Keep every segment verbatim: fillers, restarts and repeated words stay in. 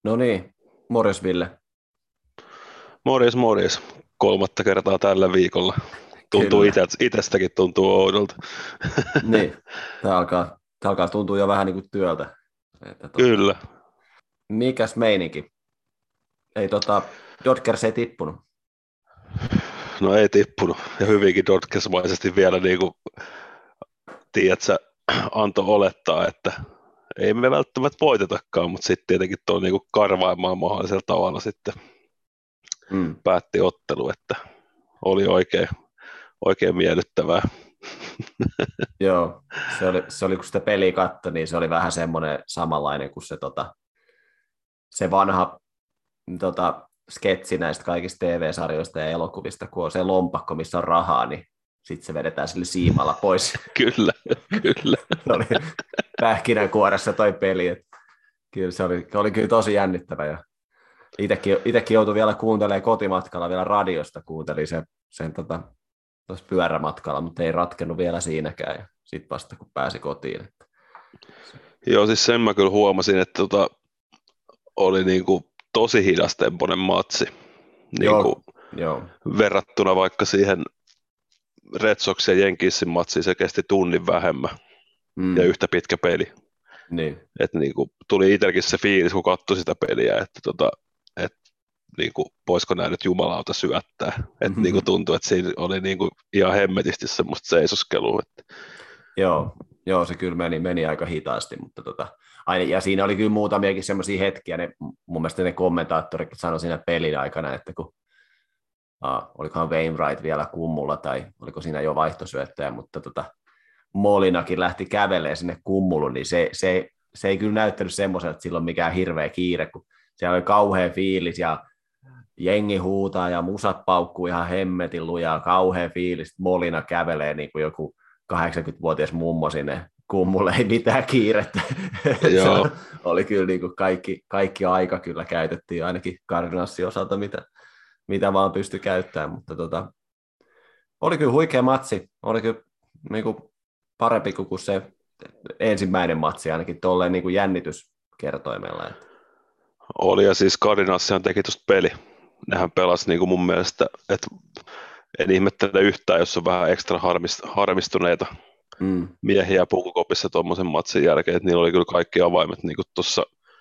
No niin, morjes Ville. Morjes, morjes. Kolmatta kertaa tällä viikolla. Tuntuu Kyllä. ite, itsestäkin tuntuu oudolta. Niin, tämä alkaa, tää alkaa tuntua jo vähän niin kuin työltä. Että tota, Kyllä. mikäs meininki? Ei tota, Dodgers ei tippunut. No ei tippunut. Ja hyvinkin Dodgersmaisesti vielä niin kuin, tiedätkö, antoi olettaa, että ei me välttämättä voitetakaan, mutta sitten tietenkin tuo niin karvaimaan mahdollisella tavalla sitten Mm. päätti ottelu, että oli oikein, oikein miellyttävää. Joo, se oli, se oli, kun sitä peliä katsoi, niin se oli vähän semmoinen samanlainen kuin se, tota, se vanha tota, sketsi näistä kaikista T V-sarjoista ja elokuvista, kun on se lompakko, missä on rahaa, niin sitten se vedetään sille siimalla pois. Kyllä, kyllä. Se oli pähkinänkuoressa toi peli. Et kyllä se oli, oli kyllä tosi jännittävä. Ja Itekin, itekin joutui vielä kuuntelemaan kotimatkalla, vielä radiosta kuuntelin sen, sen tota, tuossa pyörämatkalla, mutta ei ratkennut vielä siinäkään. Ja sitten vasta kun pääsi kotiin. Että. Joo, siis sen mä kyllä huomasin, että tota, oli niin kuin tosi hidastempoinen matsi. Niin kuin Joo, joo. verrattuna vaikka siihen Red Sox ja Yankeesin matsiin se kesti tunnin vähemmän ja Mm, yhtä pitkä peli. niin, Et niinku, tuli itsellekin se fiilis, kun katsoi sitä peliä, että tota, et, niinku, voisiko nämä nyt jumalauta syöttää. Et, niinku, tuntui, että siinä oli niinku, ihan hemmetisti semmoista seisoskelua. Että. joo, joo, se kyllä meni, meni aika hitaasti, mutta tota, aina, ja siinä oli kyllä muutamiakin semmoisia hetkiä, ne, mun mielestä ne kommentaattorit sanoi siinä pelin aikana, että kun uh, olikohan Wainwright vielä kummulla tai oliko siinä jo vaihtosyöttäjä, mutta tota, Molinakin lähti kävelemään sinne kummuluun, niin se, se, se ei kyllä näyttänyt semmoiselta, että sillä on mikään hirveä kiire, kun siellä oli kauhea fiilis ja jengi huutaa ja musat paukkuu ihan hemmetin lujaa, kauhea fiilis, Molina kävelee niin kuin joku kahdeksankymmentävuotias mummo sinne kummulle, ei mitään kiirettä. Se Joo, oli kyllä niin kuin kaikki, kaikki aika kyllä käytettiin, ainakin Cardinalsin osalta, mitä, mitä vaan pystyi käyttämään, mutta tota, oli kyllä huikea matsi, oli kyllä niin kuin parempi kuin se ensimmäinen matsi, ainakin tuolleen niin kuin jännityskertoimella. Että. oli ja siis Cardinalsihan teki tuosta peli. Nehän pelasi niinku mun mielestä, että en ihmettele yhtään, jos on vähän ekstra harmist, harmistuneita Mm, miehiä pukukopissa tuommoisen matsin jälkeen, että niillä oli kyllä kaikki avaimet niin tuossa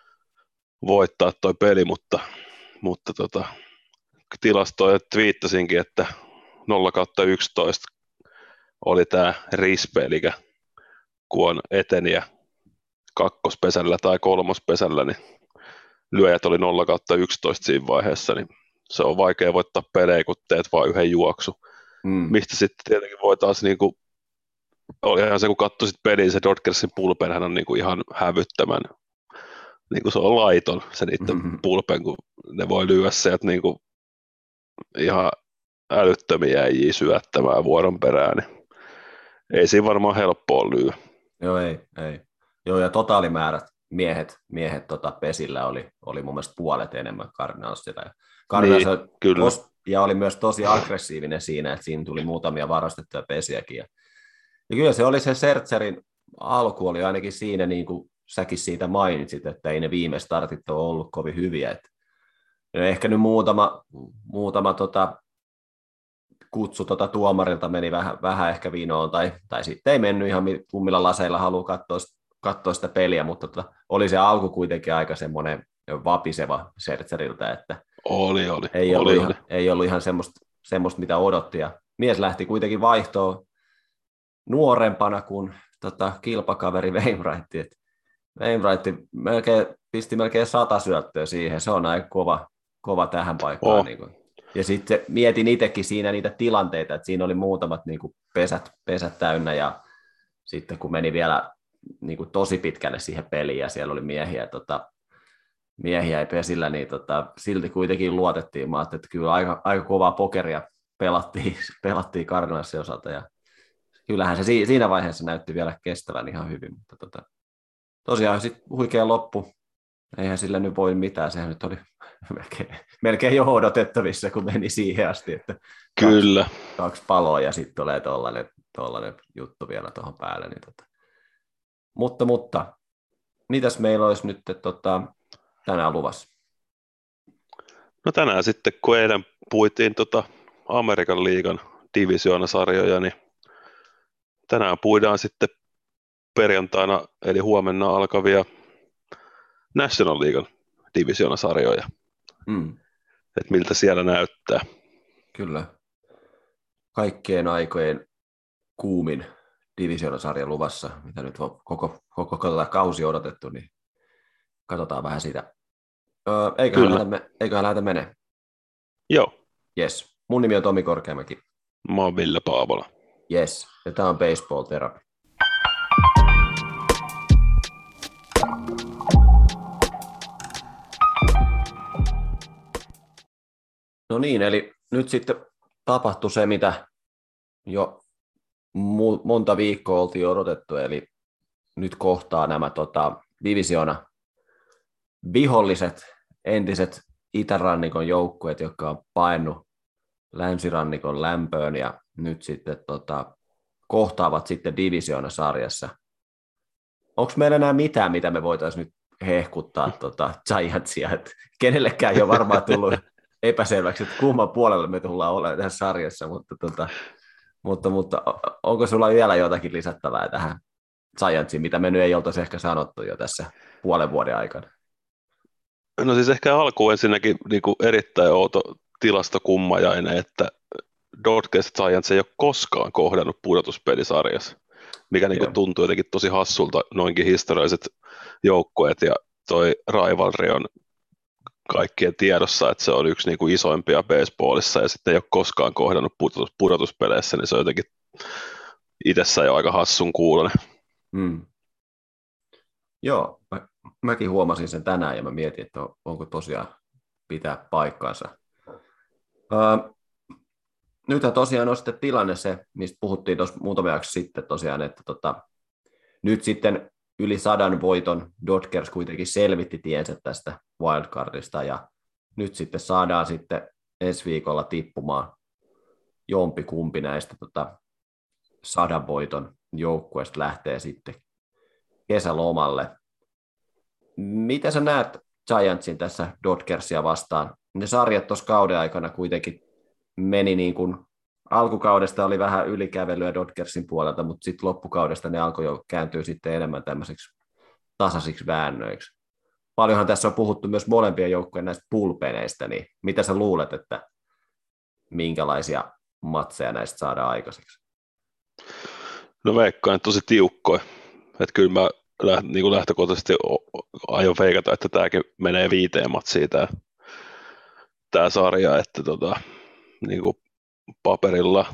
voittaa toi peli, mutta, mutta tota, tilastoja twiittasinkin, että nolla kautta yksitoista oli tämä rispe, eli kun on eteniä kakkospesällä tai kolmospesällä, niin lyöjät oli nolla kautta yksitoista siinä vaiheessa, niin se on vaikea voittaa pelejä, kun teet vain yhden juoksu. mm, Mistä sitten tietenkin voi taas, niin kuin, olihan se kun katsoisit peliä, se Dodgersin pulpenhän on niin kuin ihan hävyttömän, niin kuin se on laiton se niiden mm, pulpen, kun ne voi lyödä sieltä niin kuin ihan älyttömiä äijiä syöttämään vuoron perään, niin ei siinä varmaan helppoa lyö. joo, ei, ei. Joo, ja totaalimäärät miehet, miehet tota pesillä oli, oli mun mielestä puolet enemmän Cardinalsilla. Ja Cardinals Niin, oli kyllä. tos, ja oli myös tosi aggressiivinen siinä, että siinä tuli muutamia varastettuja pesiäkin. Ja, ja kyllä se oli se Scherzerin alku oli ainakin siinä, niin kuin säkin siitä mainitsit, että ei ne viime startit ole ollut kovin hyviä. Että ehkä nyt muutama, muutama tota, kutsu tota tuomarilta meni vähän, vähän ehkä vinoon, tai, tai sitten ei mennyt ihan kummilla laseilla, haluaa katsoa, katsoa sitä peliä, mutta tota, oli se alku kuitenkin aika semmoinen vapiseva Scherzeriltä, että Oli, oli, ei ollut oli, oli. ihan, ei ollut ihan semmoista, semmoista, mitä odotti, ja mies lähti kuitenkin vaihtoon nuorempana kuin tota, kilpakaveri Wainwright, että Wainwright melkein, pisti melkein sata syöttöä siihen, se on aika kova, kova tähän paikkaan. Oh, Niin kuin. Ja sitten mietin itsekin siinä niitä tilanteita, että siinä oli muutamat niin kuin pesät, pesät täynnä ja sitten kun meni vielä niin kuin tosi pitkälle siihen peliin ja siellä oli miehiä, tota, miehiä ei pesillä, niin tota, silti kuitenkin luotettiin. Mä ajattelin, että kyllä aika, aika kovaa pokeria pelattiin, pelattiin Cardinalsin osalta ja kyllähän se siinä vaiheessa näytti vielä kestävän ihan hyvin, mutta tota, tosiaan sitten huikea loppu. Eihän sillä nyt voi mitään, sehän nyt oli melkein, melkein jo odotettavissa, kun meni siihen asti, että kaksi, kyllä. kaksi paloa ja sitten tulee tollainen, tollainen juttu vielä tuohon päälle. Niin tota. Mutta, mutta, mitäs meillä olisi nyt tota, tänään luvassa? No tänään sitten, kun eilen puitiin tota Amerikan liigan divisioonasarjoja, niin tänään puidaan sitten perjantaina, eli huomenna alkavia National Leaguean divisioonasarjoja, Mm, että miltä siellä näyttää. kyllä. Kaikkien aikojen kuumin divisioonasarja luvassa, mitä nyt on koko, koko, koko kausi odotettu, niin katsotaan vähän sitä. Öö, eiköhän, Kyllä, lähdetä, eiköhän lähdetä menee. joo, Yes. Mun nimi on Tomi Korkeamäki. mä oon Ville Paavola. Yes. Ja tää on Baseball Therapy. No niin, eli nyt sitten tapahtui se, mitä jo mu- monta viikkoa oltiin odotettu, eli nyt kohtaa nämä tota, divisioona viholliset, entiset itärannikon joukkueet, jotka on painut länsirannikon lämpöön ja nyt sitten tota, kohtaavat sitten divisioonasarjassa. Onko meillä enää mitään, mitä me voitaisiin nyt hehkuttaa tota Giantsia, että kenellekään ei ole varmaan tullut epäselväksi, että kumman puolella me tullaan olemaan tässä sarjassa, mutta, tota, mutta, mutta onko sulla vielä jotakin lisättävää tähän Giantsiin, mitä me nyt ei oltaisi ehkä sanottu jo tässä puolen vuoden aikana? No siis ehkä alkuun ensinnäkin niin kuin erittäin outo tilastokummajainen, että Dodgers Giants ei ole koskaan kohdannut pudotuspelisarjassa, mikä niin kuin tuntuu jotenkin tosi hassulta noinkin historialliset joukkueet, ja toi rivalry on kaikkien tiedossa, että se on yksi niin kuin isoimpia baseballissa, ja sitten ei ole koskaan kohdannut pudotus, pudotuspeleissä, niin se on jotenkin itsessään jo aika hassun kuulonen. Mm. Joo, mä, mäkin huomasin sen tänään ja mä mietin, että onko tosiaan pitää paikkaansa. Öö, nythän tosiaan on sitten tilanne se, mistä puhuttiin tuossa muutama jakso sitten tosiaan, että tota, nyt sitten yli sadan voiton Dodgers kuitenkin selvitti tiensä tästä wildcardista ja nyt sitten saadaan sitten ensi viikolla tippumaan jompi kumpi näistä tota, sadan voiton joukkueesta lähtee sitten kesälomalle. Mitä sä näet Giantsin tässä Dodgersia vastaan? Ne sarjat tuossa kauden aikana kuitenkin meni niin kuin, alkukaudesta oli vähän ylikävelyä Dodgersin puolelta, mutta sitten loppukaudesta ne alkoi jo kääntyä sitten enemmän tämmöisiksi tasaisiksi väännöiksi. Paljonhan tässä on puhuttu myös molempien joukkojen näistä bullpeneistä, niin mitä sä luulet, että minkälaisia matseja näistä saadaan aikaiseksi? No veikkaan, tosi tiukkoja. Että kyllä mä läht, niin kuin lähtökohtaisesti aion veikata, että tämäkin menee viiteen matsiin tämä, tämä sarja, että tota, niin kuin paperilla,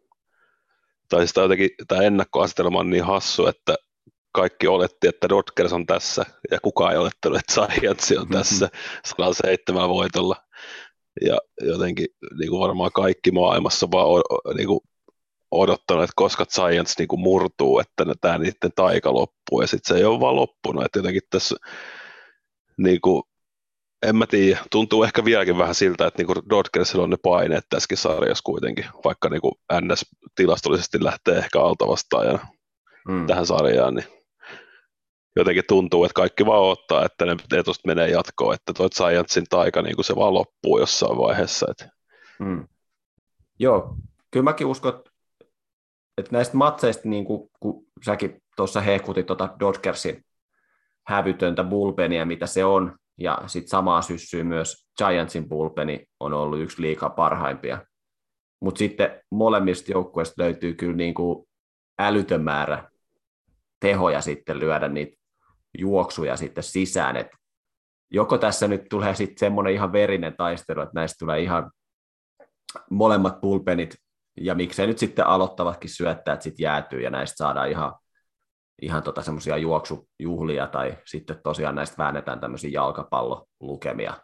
tai siis tämä, jotenkin, tämä ennakkoasetelma on niin hassu, että kaikki oletti, että Dodgers on tässä, ja kukaan ei olettanut, että Giants on tässä sata seitsemän voitolla. Ja jotenkin niin kuin varmaan kaikki maailmassa vaan niin kuin odottanut, että koska Giants niin kuin murtuu, että tämä niiden taika loppuu, ja sitten se ei ole vaan loppunut, että jotenkin tässä, niin kuin, en mä tiedä, tuntuu ehkä vieläkin vähän siltä, että niin kuin Dodgersilla on ne paineet tässäkin sarjassa kuitenkin, vaikka niin kuin N S tilastollisesti lähtee ehkä altavastaajana mm. tähän sarjaan, niin jotenkin tuntuu, että kaikki vaan odottaa, että ne etusta menee jatkoon, että tuo Giantsin taika niin kuin se vaan loppuu jossain vaiheessa. Että. Mm. Joo, kyllä mäkin uskon, että näistä matseista, niin kuin, kun säkin tuossa hehkutit tuota Dodgersin hävytöntä bullpenia, mitä se on, ja sitten samaa syssyy myös Giantsin bullpeni on ollut yksi liigan parhaimpia. Mutta sitten molemmista joukkueista löytyy kyllä niin kuin älytön määrä tehoja sitten lyödä niitä juoksuja sitten sisään. Et joko tässä nyt tulee sitten semmoinen ihan verinen taistelu, että näistä tulee ihan molemmat bullpenit, ja miksei nyt sitten aloittavatkin syöttäjät sitten jäätyy, ja näistä saadaan ihan, ihan tota semmoisia juoksujuhlia, tai sitten tosiaan näistä väännetään tämmöisiä jalkapallolukemia.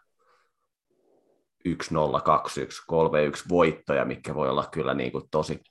yksi nolla, kaksi yksi, kolme yksi voittoja, mikä voi olla kyllä niin kuin tosi,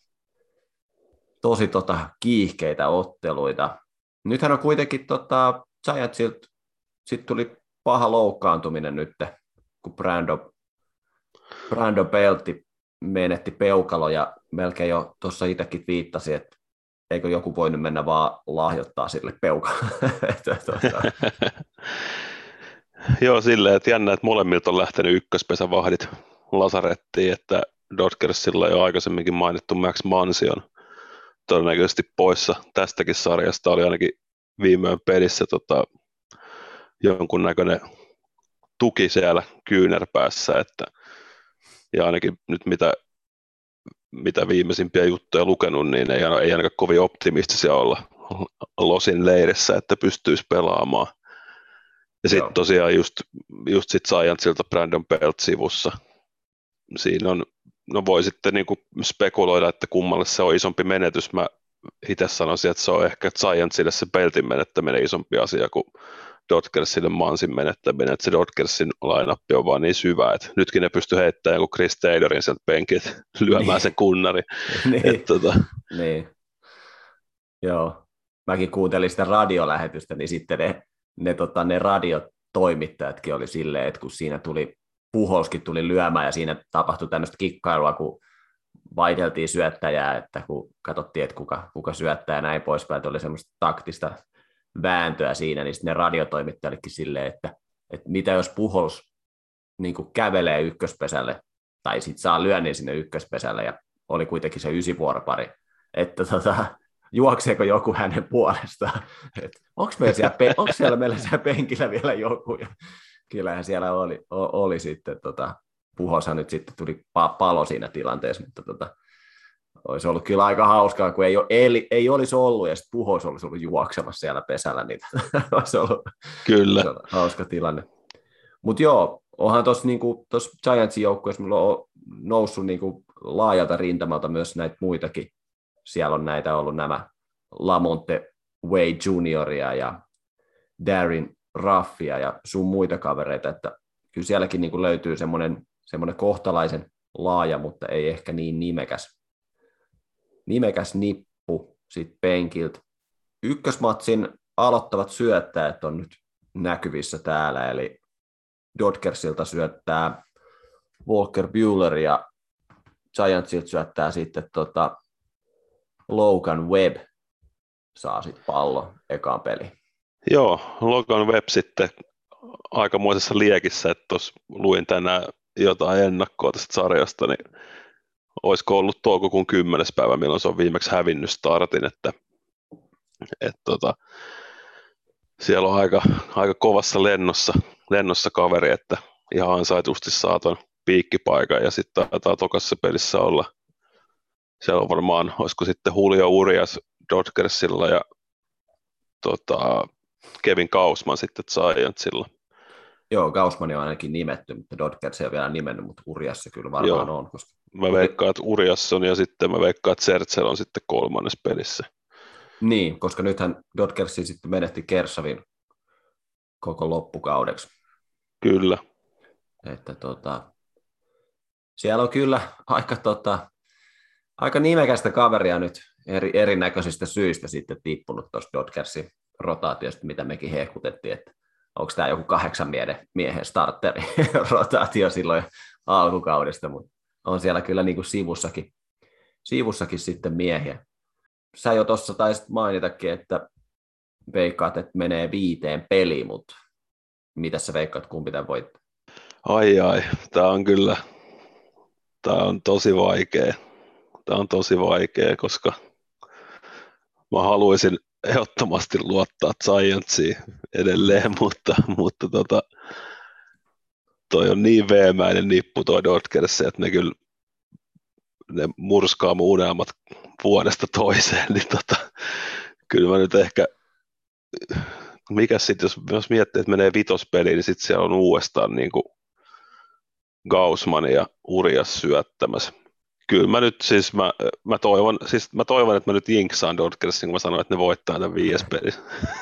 tosi tota kiihkeitä otteluita. Nythän on kuitenkin tota, Giantsilta sitten tuli paha loukkaantuminen nyt, kun Brando, Brando Belti menetti peukalo, ja melkein jo tuossa itsekin viittasi, että eikö joku voinut mennä vaan lahjoittaa sille peukalolle. Joo, silleen, että jännä, että molemmilta on lähtenyt ykköspesävahdit lasarettiin, että Dodgersilla jo aikaisemminkin mainittu Max Muncy on todennäköisesti poissa tästäkin sarjasta, oli ainakin viimein pelissä tota, jonkunnäköinen tuki siellä kyynärpäässä, että, ja ainakin nyt mitä, mitä viimeisimpiä juttuja lukenut, niin ei, ei ainakaan kovin optimistisia olla Losin leirissä, että pystyisi pelaamaan. Ja sitten tosiaan just, just sit Giantsilta Brandon Belt-sivussa. Siinä on, no voi sitten niinku spekuloida, että kummalle se on isompi menetys. Mä itse sanoisin, että se on ehkä Giantsille se Beltin menettäminen isompi asia kuin Dodgersille Mansin menettäminen. Että se Dodgersin line-up on vaan niin syvä, että nytkin ne pystyy heittämään joku Chris Taylorin sieltä penkiltä lyömään niin. Sen kunnari. niin. tota... niin. Joo. Mäkin kuuntelin sitä radiolähetystä, niin sitten ne ne, tota, ne radiotoimittajatkin oli silleen, että kun siinä tuli, Puholskin tuli lyömään ja siinä tapahtui tämmöistä kikkailua, kun vaihdeltiin syöttäjää, että kun katsottiin, että kuka, kuka syöttää ja näin poispäin, että oli semmoista taktista vääntöä siinä, niin sitten ne radiotoimittajatkin silleen, että, että mitä jos Puhols niin kuin kävelee ykköspesälle, tai sitten saa lyönnin sinne ykköspesälle, ja oli kuitenkin se ysivuoropari, että tota, juokseeko joku hänen puolestaan, että onko siellä, onko siellä meillä siellä penkillä vielä joku, ja kyllähän siellä oli, oli sitten, tota, Puhoshan nyt sitten tuli palo siinä tilanteessa, mutta tota, olisi ollut kyllä aika hauskaa, kun ei, ei, ei olisi ollut, ja sitten Puhos olisi ollut juoksemassa siellä pesällä, niin olisi ollut kyllä. hauska tilanne. Mutta joo, onhan tuossa niinku, Giantsin joukkueessa minulla on noussut niinku laajalta rintamalta myös näitä muitakin. Siellä on näitä ollut nämä Lamonte Wade junioria ja Darin Ruffia ja sun muita kavereita, että kyllä sielläkin niinku löytyy semmoinen, semmoinen kohtalaisen laaja, mutta ei ehkä niin nimekäs, nimekäs nippu sit penkiltä. Ykkösmatsin aloittavat syöttäjät on nyt näkyvissä täällä, eli Dodgersilta syöttää Walker Buehler ja Giantsilta syöttää sitten tota Logan Webb saa sitten pallo ekaan peliin. Joo, Logan Webb sitten aikamoisessa liekissä, että tuossa luin tänään jotain ennakkoa tästä sarjasta, niin olisiko ollut toukokuun kymmenes päivä, milloin se on viimeksi hävinnyt startin, että, että tota, siellä on aika, aika kovassa lennossa, lennossa kaveri, että ihan ansaitusti saa ton piikkipaikan ja sitten taitaa tokassa pelissä olla, siellä on varmaan, olisiko sitten Julio Urias Dodgersilla ja tota, Kevin Gausman sitten Giantsilla. Joo, Gausman on ainakin nimetty, mutta Dodgers ei ole vielä nimennyt, mutta Urias se kyllä varmaan Joo. on. Koska... Mä veikkaan, että Urias on ja sitten mä veikkaan, että Sertsel on sitten kolmannes pelissä. Niin, koska nythän Dodgersi sitten menetti Kersavin koko loppukaudeksi. Kyllä. Että tota, siellä on kyllä aika, tota, aika nimekästä kaveria nyt eri, erinäköisistä syistä sitten tippunut tuosta Dodgersin rotaatiosta, mitä mekin hehkutettiin, että onko tämä joku kahdeksan miehen starteri rotaatio silloin alkukaudesta, mutta on siellä kyllä niin kuin sivussakin, sivussakin sitten miehiä. Sä jo tuossa taisit mainitakin, että veikkaat, että menee viiteen peliin, mutta mitä sä veikkaat, kumpi tämän voittaa? Ai ai, tämä on kyllä, tämä on tosi vaikea. Tämä on tosi vaikea, koska mä haluaisin ehdottomasti luottaa Giantsiin edelleen, mutta, mutta tota, toi on niin veemäinen nippu toi Dodgers, että ne kyllä ne murskaa mun unelmat vuodesta toiseen, niin tota, kyllä mä nyt ehkä, mikä sitten, jos, jos miettii, että menee vitospeliin, niin sitten siellä on uudestaan niin kuin Gausman ja Urias syöttämässä. Kyllä mä nyt siis, mä, mä, toivon, siis mä toivon, että mä nyt jinksaan Dodgersin, kun mä sanoin, että ne voittaa tämän viides peli.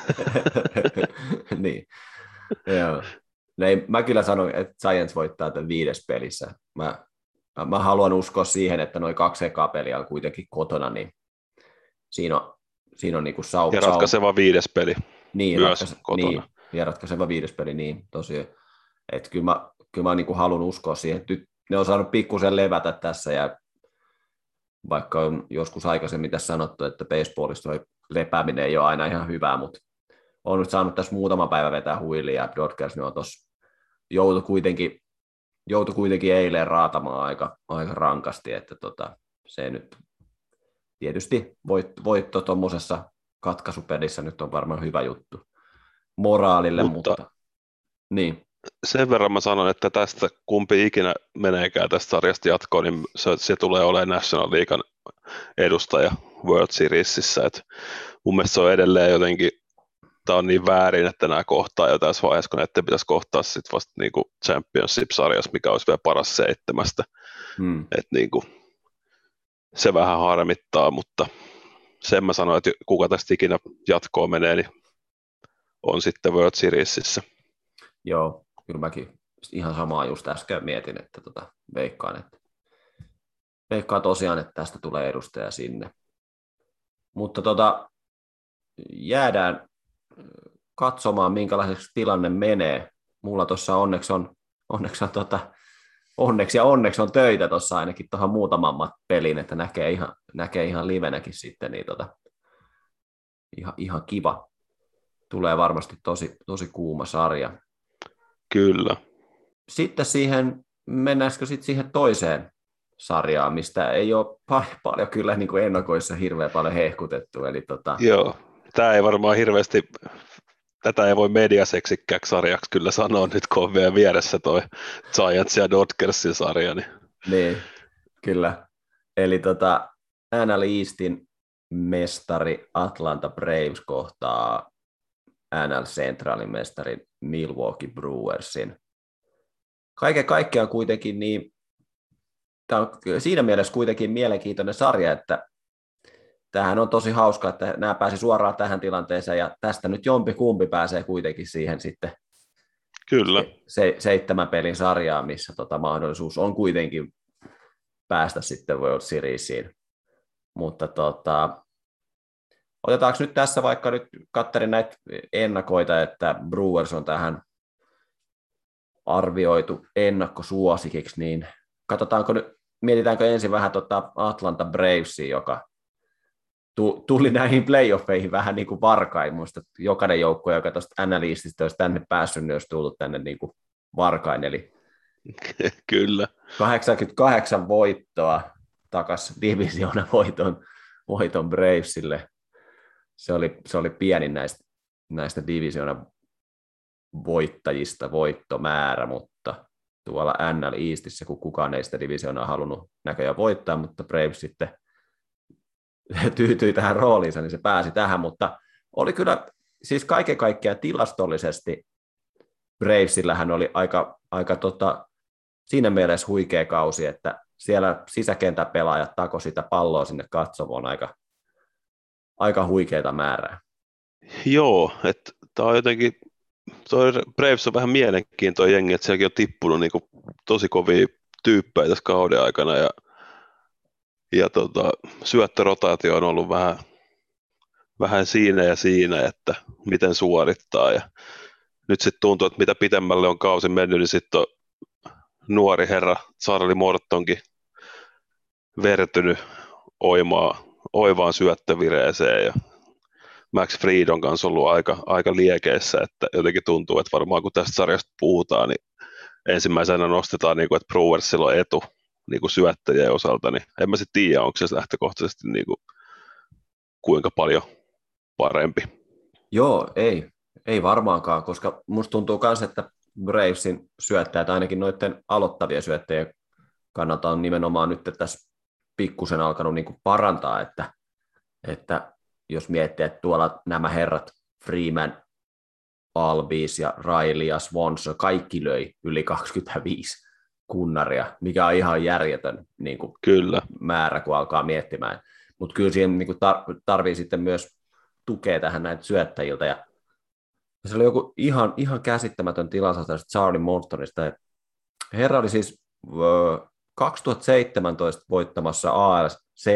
niin, joo. Ei, mä kyllä sanon, että Giants voittaa tämän viides pelissä. Mä, mä haluan uskoa siihen, että noin kaksi ekaa peliä on kuitenkin kotona, niin siinä on, siinä on niinku sau... Ja ratkaiseva viides peli niin, myös ratkaise, kotona. Niin, ja ratkaiseva viides peli, niin tosiaan. Että kyllä mä, kyllä mä niinku haluan uskoa siihen, että ne on saanut pikkusen levätä tässä, ja vaikka on joskus aikaisemmin tässä sanottu, että baseballissa lepääminen ei ole aina ihan hyvää, mutta on nyt saanut tässä muutama päivä vetää huilia, ja Dodgers ne on tuossa joutui kuitenkin, joutui kuitenkin eilen raatamaan aika, aika rankasti, että tota, se nyt tietysti voitto, voitto tuommoisessa katkaisupelissä nyt on varmaan hyvä juttu moraalille, Mutta mutta niin. sen verran mä sanon, että tästä kumpi ikinä meneekään tästä sarjasta jatkoon, niin se, se tulee olemaan National Leaguean edustaja World Seriesissä. Et mun mielestä se on edelleen jotenkin, tämä on niin väärin, että nämä kohtaa jo tässä vaiheessa, kun näiden pitäisi kohtaa sitten vasta niinku Championship-sarjassa, mikä olisi vielä paras seitsemästä. Hmm. Et niinku, se vähän harmittaa, mutta sen mä sanoin, että kuka tästä ikinä jatkoon menee, niin on sitten World Seriesissä. Joo, kyllä mäkin ihan samaa just äsken mietin, että tota, veikkaan, että veikkaan tosiaan, että tästä tulee edustaja sinne. Mutta tota, jäädään katsomaan, minkälaiseksi tilanne menee. Mulla tuossa onneksi on, onneksi on tota, onneksi ja onneksi on töitä tuossa ainakin tuohon muutaman pelin, että näkee ihan, näkee ihan livenäkin sitten, niin tota, ihan, ihan kiva. Tulee varmasti tosi, tosi kuuma sarja. Kyllä. Sitten siihen, mennäänkö sitten siihen toiseen sarjaan, mistä ei ole paljon, paljon kyllä niin kuin ennakoissa hirveän paljon hehkutettu. Eli tota... Joo, tämä ei varmaan hirveästi, tätä ei voi mediaseksikkääksi sarjaksi kyllä sanoa nyt, kun on vielä vieressä toi Giants ja Dodgersin sarja. Niin, niin kyllä. Eli tota, N L Eastin mestari Atlanta Braves kohtaa N L Centralin mestari Milwaukee Brewersin. Kaiken kaikkiaan kuitenkin niin, tämä on siinä mielessä kuitenkin mielenkiintoinen sarja, että tämähän on tosi hauska, että nämä pääsi suoraan tähän tilanteeseen ja tästä nyt jompi kumpi pääsee kuitenkin siihen sitten kyllä. Se, seitsemän pelin sarjaan, missä tota mahdollisuus on kuitenkin päästä sitten World Seriesiin. Mutta tota, otetaanko nyt tässä vaikka nyt katselin näitä ennakoita, että Brewers on tähän arvioitu ennakkosuosikiksi, niin katsotaanko nyt, mietitäänkö ensin vähän tota Atlanta Bravesia, joka tuli näihin playoffeihin vähän niin kuin varkain. Muista jokainen joukko, joka tuosta N L Eastistä olisi tänne päässyt, niin olisi tullut tänne niin kuin varkain. Eli kyllä. kahdeksankymmentäkahdeksan voittoa takaisin divisioonan voiton, voiton Bravesille. Se oli, se oli pienin näistä, näistä divisioonan voittajista voittomäärä, mutta tuolla N L Eastissä, kun kukaan ei sitä divisioonaa halunnut näköjään voittaa, mutta Braves sitten tyytyi tähän rooliinsa, niin se pääsi tähän, mutta oli kyllä siis kaiken kaikkiaan tilastollisesti Bravesillähän oli aika, aika tota, siinä mielessä huikea kausi, että siellä sisäkentäpelaajat tako sitä palloa sinne katsomoon aika, aika huikeita määrää. Joo, että tämä on jotenkin, toi Braves on vähän mielenkiintoinen jengi, että sielläkin on tippunut niinku tosi kovia tyyppejä tässä kauden aikana ja Ja tota, syöttörotaatio on ollut vähän, vähän siinä ja siinä, että miten suorittaa. Ja nyt sitten tuntuu, että mitä pitemmälle on kausi mennyt, niin sitten on nuori herra Charlie Mortonkin vertynyt oimaa, oivaan syöttövireeseen. Ja Max Fried on kanssa ollut aika, aika liekeissä, että jotenkin tuntuu, että varmaan kun tästä sarjasta puhutaan, niin ensimmäisenä nostetaan, niin kuin, että Brewersilla on etu niin kuin syöttäjien osalta, niin en mä sitten tiedä, onko se lähtökohtaisesti niin kuin, kuinka paljon parempi. Joo, ei, ei varmaankaan, koska musta tuntuu myös, että Bravesin syöttäjät, ainakin noiden aloittavien syöttäjien kannalta on nimenomaan nyt tässä pikkusen alkanut niin kuin parantaa, että, että jos miettii, että tuolla nämä herrat Freeman, Albies ja Riley ja Swanson, kaikki löi yli kaksikymmentäviisi kunnaria, mikä on ihan järjetön niin kuin kyllä. määrä, kun alkaa miettimään. Mutta kyllä siihen niin kuin tar- tarvii sitten myös tukea tähän näitä syöttäjiltä. Ja se oli joku ihan, ihan käsittämätön tilansa tästä Charlie Mortonista. Herra oli siis äh, kaksituhattaseitsemäntoista voittamassa A L C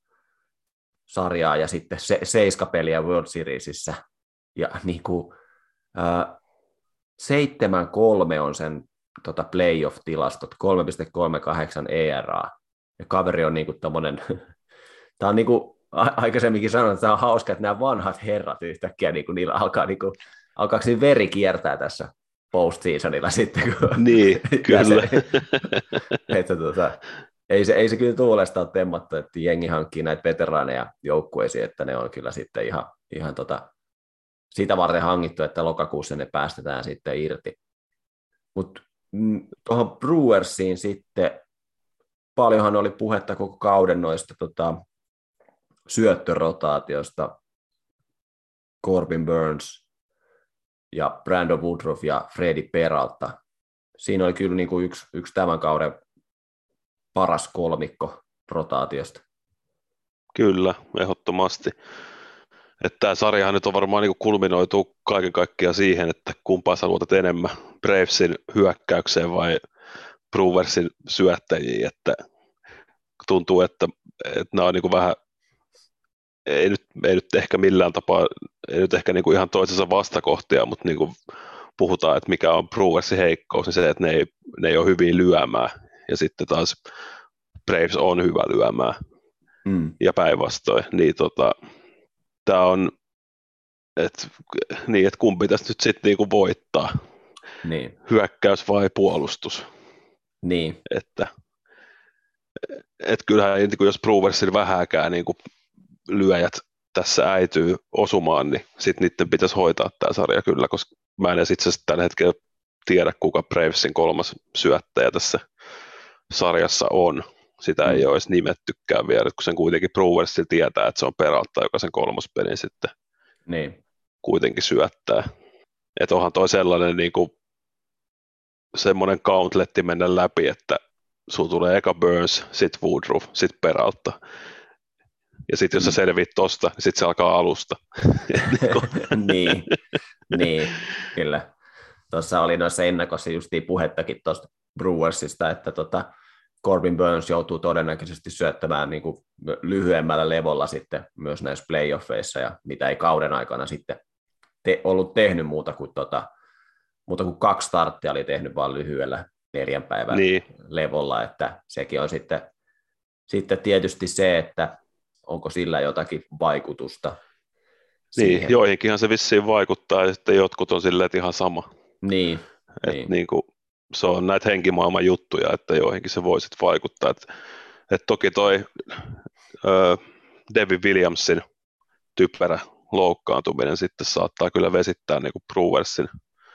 S-sarjaa ja sitten se, seiskapeliä World Seriesissä. Ja niin kuin, äh, seitsemän kolme on sen tota playoff-tilastot, kolme pilkku kolmekymmentäkahdeksan E R A. Ja kaveri on niinku tommonen, tää on niinku, aikaisemminkin sanoin, että tää on hauska, että nämä vanhat herrat yhtäkkiä, niinku, niillä alkaa, niinku, alkaako siinä veri kiertää tässä, post-seasonilla sitten, kun Niin, kyllä. jäsen, että tota, ei, se, ei se kyllä tuulesta ole temmattu, että jengi hankkii näitä veteraaneja joukkueisiin, että ne on kyllä sitten ihan, ihan tota, sitä varten hangittu, että lokakuussa ne päästetään sitten irti. Mutta mm, tuohon Brewersiin sitten, paljonhan oli puhetta koko kauden noista tota, syöttörotaatiosta, Corbin Burns ja Brandon Woodruff ja Freddy Peralta. Siinä oli kyllä niin kuin yksi, yksi tämän kauden paras kolmikko rotaatiosta. Kyllä, ehdottomasti. Että tämä sarjahan nyt on varmaan niin kuin kulminoitu kaiken kaikkiaan siihen, että kumpaa sä luotat enemmän, Bravesin hyökkäykseen vai Brewersin syöttäjiin, että tuntuu, että, että nämä on niin kuin vähän, ei nyt, ei nyt ehkä millään tapaa, ei nyt ehkä niin kuin ihan toisensa vastakohtia, mutta niin kuin puhutaan, että mikä on Brewersin heikkous, niin se, että ne ei, ne ei ole hyviä lyömään, ja sitten taas Braves on hyvä lyömään, mm. ja päinvastoin, niin tota, tämä on, että niin, et kumpi tästä nyt sitten niinku voittaa, niin. Hyökkäys vai puolustus. Niin. Että et kyllähän niin jos Brewersilla vähääkään niin lyöjät tässä äityy osumaan, niin sitten niiden pitäisi hoitaa tämä sarja kyllä, koska mä en edes itse asiassa tällä hetkellä tiedä, kuka Bravesin kolmas syöttäjä tässä sarjassa on. Sitä mm. ei ole edes nimettykään vielä, kun sen kuitenkin Brewersilla tietää, että se on Peralta, joka sen kolmospelin sitten niin. kuitenkin syöttää. Että onhan toi sellainen niin kuin, semmoinen gauntletti mennä läpi, että sulla tulee eka Burns, sit Woodruff, sit Peralta. Ja sitten jos sä selviit tosta, niin sitten se alkaa alusta. niin, niin, kyllä. Tuossa oli noissa ennakossa justiin puhettakin tuosta Brewersista, että tota Corbin Burns joutuu todennäköisesti syöttämään niin kuin lyhyemmällä levolla sitten myös näissä playoffeissa, ja mitä ei kauden aikana sitten te- ollut tehnyt muuta kuin, tota, muuta kuin kaksi starttia oli tehnyt vain lyhyellä neljän päivän niin. levolla, että sekin on sitten, sitten tietysti se, että onko sillä jotakin vaikutusta siihen. Niin, joihinkinhan se vissiin vaikuttaa, ja sitten jotkut on silleen, että ihan sama. Niin. Et niin. Niin kuin, se on näitä henkimaailman juttuja, että joihinkin se voisit vaikuttaa. Et, et toki toi ö, Devin Williamsin typerä loukkaantuminen sitten saattaa kyllä vesittää niin kuin Brewersin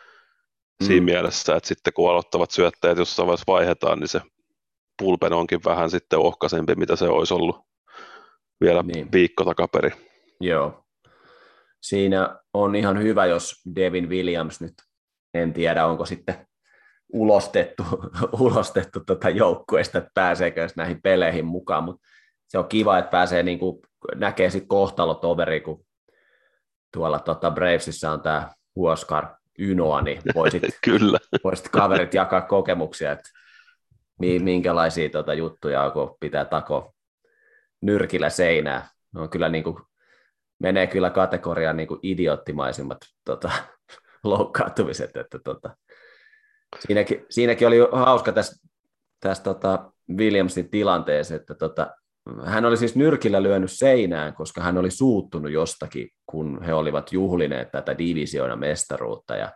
mm. siinä mielessä, että sitten kun aloittavat syöttäjät jossain vaiheessa vaihdetaan, niin se pulpen onkin vähän sitten ohkaisempi, mitä se olisi ollut vielä niin. viikko takaperi. Joo. Siinä on ihan hyvä, jos Devin Williams nyt, en tiedä onko sitten ulostettu, ulostettu tuota joukkueesta, että pääseekö näihin peleihin mukaan, mutta se on kiva, että pääsee niin kuin, näkee sitten kohtalotoveri, kun tuolla tota Bravesissa on tämä Huoscar Ynoa, niin voisit, Kyllä. voisit kaverit jakaa kokemuksia, että minkälaisia tota juttuja on, kun pitää takoa nyrkillä seinää. No, kyllä niin kuin, menee kyllä kategoriaan niin kuin idioottimaisimmat tota, loukkaantumiset, että tota, siinäkin, siinäkin oli hauska tässä, tässä tota Williamsin tilanteessa, että tota, hän oli siis nyrkillä lyönyt seinään, koska hän oli suuttunut jostakin, kun he olivat juhlineet tätä divisioona mestaruutta, ja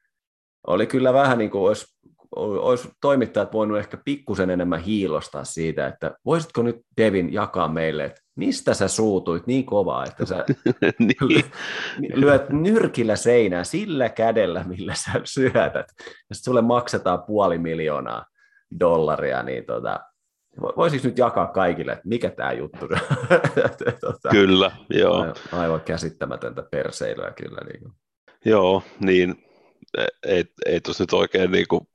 oli kyllä vähän niin kuin olisi, olisi toimittajat voinut ehkä pikkusen enemmän hiilostaa siitä, että voisitko nyt Devin jakaa meille, että mistä sä suutuit niin kovaa, että sä niin. lyöt nyrkillä seinää sillä kädellä, millä sä syötät, ja sitten sulle maksetaan puoli miljoonaa dollaria, niin tota, voisiko nyt jakaa kaikille, että mikä tämä juttu on? tota, kyllä, joo. Aivan käsittämätöntä perseilyä kyllä. Niin kuin. Joo, niin ei, ei tuossa nyt oikein niin kuin,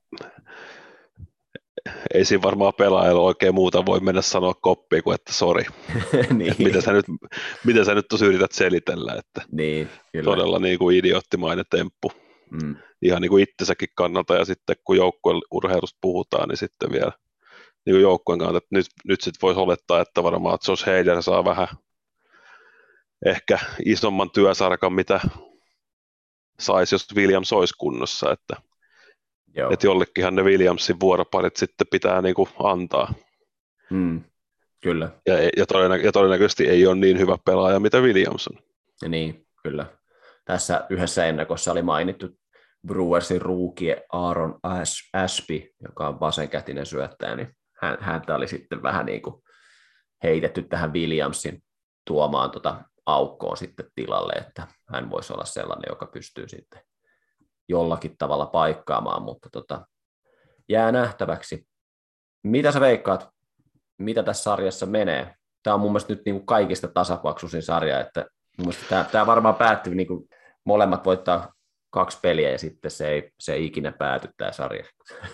ei siinä varmaan pelaajalla oikein muuta voi mennä sanoa koppiin kuin, että sori. niin. mitä, sä nyt, mitä sä nyt tuossa yrität selitellä, että niin, todella niin kuin idioottimainen temppu. Mm. Ihan niin kuin itsensäkin kannalta, ja sitten kun joukkueen urheilusta puhutaan, niin sitten vielä niin kuin joukkueen kannalta, että nyt, nyt sitten voisi olettaa, että varmaan Josh Hader saa vähän ehkä isomman työsarkan, mitä saisi, jos Williams olisi kunnossa, että, että jollekinhan ne Williamsin vuoroparit sitten pitää niin kuin antaa. Mm, kyllä. Ja, ja, todennä, ja todennäköisesti ei ole niin hyvä pelaaja, mitä Williams on. Ja niin, kyllä. Tässä yhdessä ennakossa oli mainittu Brewersin rookie Aaron Ashby, joka on vasenkätinen syöttäjä, niin hän, häntä oli sitten vähän niin kuin heitetty tähän Williamsin tuomaan tota aukkoon sitten tilalle, että hän voisi olla sellainen, joka pystyy sitten jollakin tavalla paikkaamaan, mutta tota, jää nähtäväksi. Mitä sä veikkaat, mitä tässä sarjassa menee? Tämä on mun mielestä nyt niin kuin kaikista tasapaksuisin sarja, että mun mielestä tämä, tämä varmaan päättyy, niin kuin molemmat voittaa kaksi peliä ja sitten se ei, se ei ikinä pääty tämä sarja.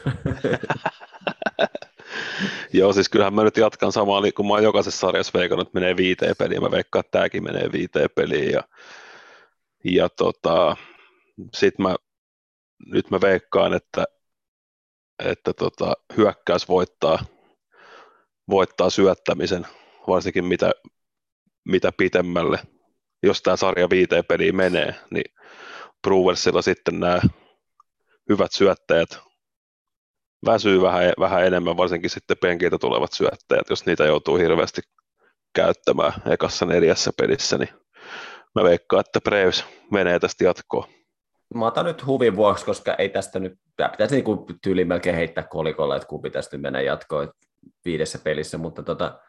Joo, siis kyllähän mä nyt jatkan samaa, kun mä oon jokaisessa sarjassa veikannut, että menee viiteen peliin, mä veikkaan, että tämäkin menee viiteen peliin, ja, ja tota, sit mä, nyt mä veikkaan, että, että tota, hyökkäys voittaa, voittaa syöttämisen, varsinkin mitä, mitä pitemmälle, jos tämä sarja viiteen peliin menee, niin Brewersilla sitten nämä hyvät syöttäjät väsyy vähän, vähän enemmän, varsinkin sitten penkiltä tulevat syöttäjät, jos niitä joutuu hirveästi käyttämään ekassa neljässä pelissä, niin mä veikkaan, että Braves menee tästä jatkoon. Mä otan nyt huvin vuoksi, koska ei tästä nyt, pitäisi niin tyyli melkein heittää kolikolla, että kumpi tästä nyt menee jatkoon viidessä pelissä, mutta tota,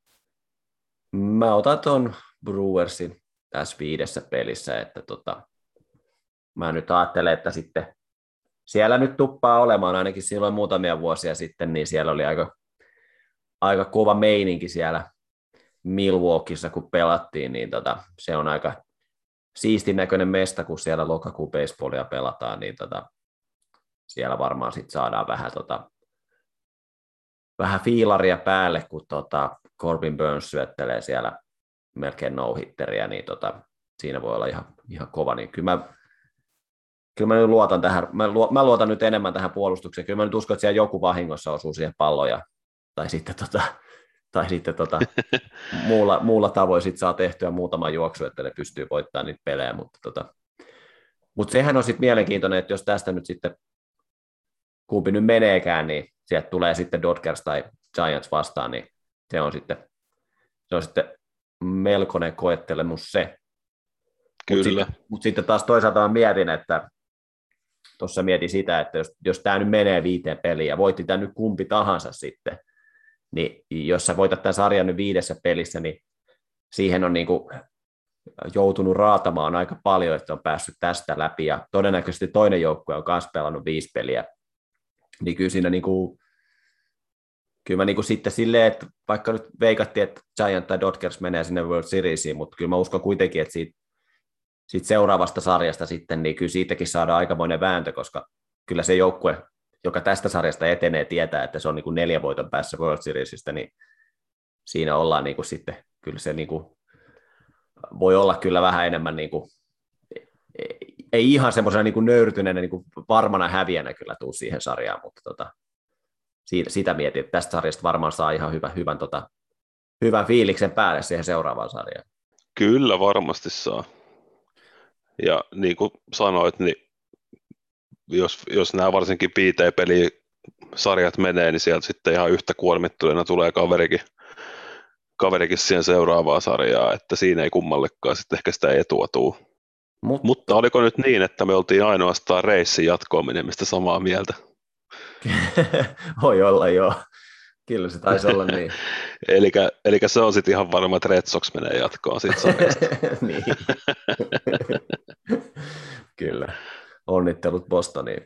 mä otan tuon Brewersin tässä viidessä pelissä, että tota, mä nyt ajattelen, että sitten siellä nyt tuppaa olemaan, ainakin silloin muutamia vuosia sitten, niin siellä oli aika, aika kova meininki siellä Milwaukeeissa, kun pelattiin, niin tota, se on aika siistin näköinen mesta, kun siellä lokakuun baseballia pelataan, niin tota, siellä varmaan sit saadaan vähän, tota, vähän fiilaria päälle, kun tota, Corbin Burns syöttelee siellä melkein no-hitteriä, niin tota, siinä voi olla ihan, ihan kova. Niin kyllä mä, kyllä mä nyt luotan tähän, mä, lu, mä luotan nyt enemmän tähän puolustukseen. Kyllä mä nyt uskon, että siellä joku vahingossa osuu siihen palloon, tai sitten, tota, tai sitten tota, muulla, muulla tavoin sit saa tehtyä muutama juoksu, että ne pystyy voittamaan niitä pelejä. Mutta, tota, mutta sehän on sitten mielenkiintoinen, että jos tästä nyt sitten kumpi nyt meneekään, niin sieltä tulee sitten Dodgers tai Giants vastaan, niin se on sitten, se on sitten melkoinen koettelemus se. Mutta sitten, mut sitten taas toisaalta mä mietin, että tuossa mietin sitä, että jos, jos tämä nyt menee viiteen peliin ja voitti tämä nyt kumpi tahansa sitten, niin jos sä voitat tämän sarjan nyt viidessä pelissä, niin siihen on niinku joutunut raatamaan aika paljon, että on päässyt tästä läpi, ja todennäköisesti toinen joukkue on myös pelannut viisi peliä, niin kyllä siinä niinku, kyllä mä niinku sitten silleen, että vaikka nyt veikattiin, että Giant tai Dodgers menee sinne World Seriesiin, mutta kyllä mä uskon kuitenkin, että siitä, siitä seuraavasta sarjasta sitten, niin kyllä siitäkin saadaan aikamoinen vääntö, koska kyllä se joukkue, joka tästä sarjasta etenee, tietää, että se on niinku neljä voiton päässä World Seriesistä, niin siinä ollaan niinku sitten, kyllä se niinku voi olla kyllä vähän enemmän, niinku, ei ihan semmoisena niinku nöyrtyneenä niinku varmana häviänä kyllä tuu siihen sarjaan, mutta tota, sitä mietin, että tästä sarjasta varmaan saa ihan hyvä, hyvän, tota, hyvän fiiliksen päälle siihen seuraavaan sarjaan. Kyllä varmasti saa. Ja niin kuin sanoit, niin jos, jos nämä varsinkin viiteen peliä sarjat menee, niin sieltä sitten ihan yhtä kuormittuneena tulee kaverikin, kaverikin siihen seuraavaan sarjaan, että siinä ei kummallekaan sitten ehkä sitä etua tuu. Mut, Mutta oliko nyt niin, että me oltiin ainoastaan reissin jatkoon menemistä samaa mieltä? Voi olla, joo. Kyllä se taisi olla niin. Eli se on sitten ihan varma, että Red Sox menee jatkoon siitä sarjasta. Niin. Kyllä. Onnittelut Bostoniin.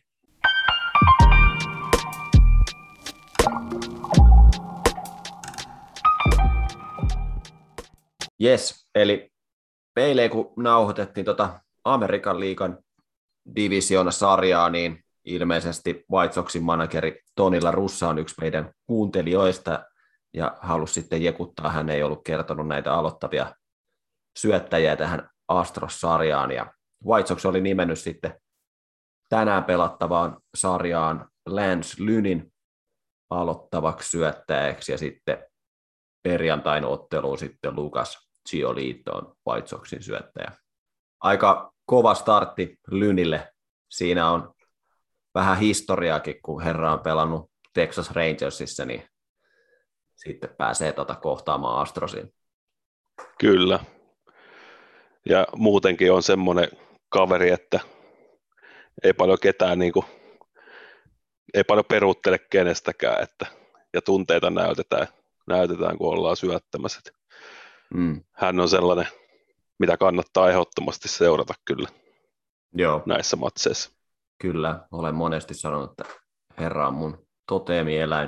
Jes, eli eilen kun nauhoitettiin tota Amerikan liigan divisioonasarjaa, niin ilmeisesti White Soxin manageri Tony La Russa on yksi meidän kuuntelijoista ja halusi sitten jekuttaa, hän ei ollut kertonut näitä aloittavia syöttäjiä tähän Astros-sarjaan, ja White Sox oli nimennyt sitten tänään pelattavaan sarjaan Lance Lynin aloittavaksi syöttäjäksi, ja sitten perjantain otteluun sitten Lucas Giolito on White Soxin syöttäjä. Aika kova startti Lynille, siinä on vähän historiaakin, kun herra on pelannut Texas Rangersissa, niin sitten pääsee tota kohtaamaan Astrosin. Kyllä. Ja muutenkin on semmoinen kaveri, että ei paljon ketään, niin kuin, ei paljon peruuttele kenestäkään, että, ja tunteita näytetään, näytetään, kun ollaan syöttämässä. Mm. Hän on sellainen, mitä kannattaa ehdottomasti seurata kyllä Joo, näissä matseissa. kyllä. Olen monesti sanonut, että herra on mun toteemieläin.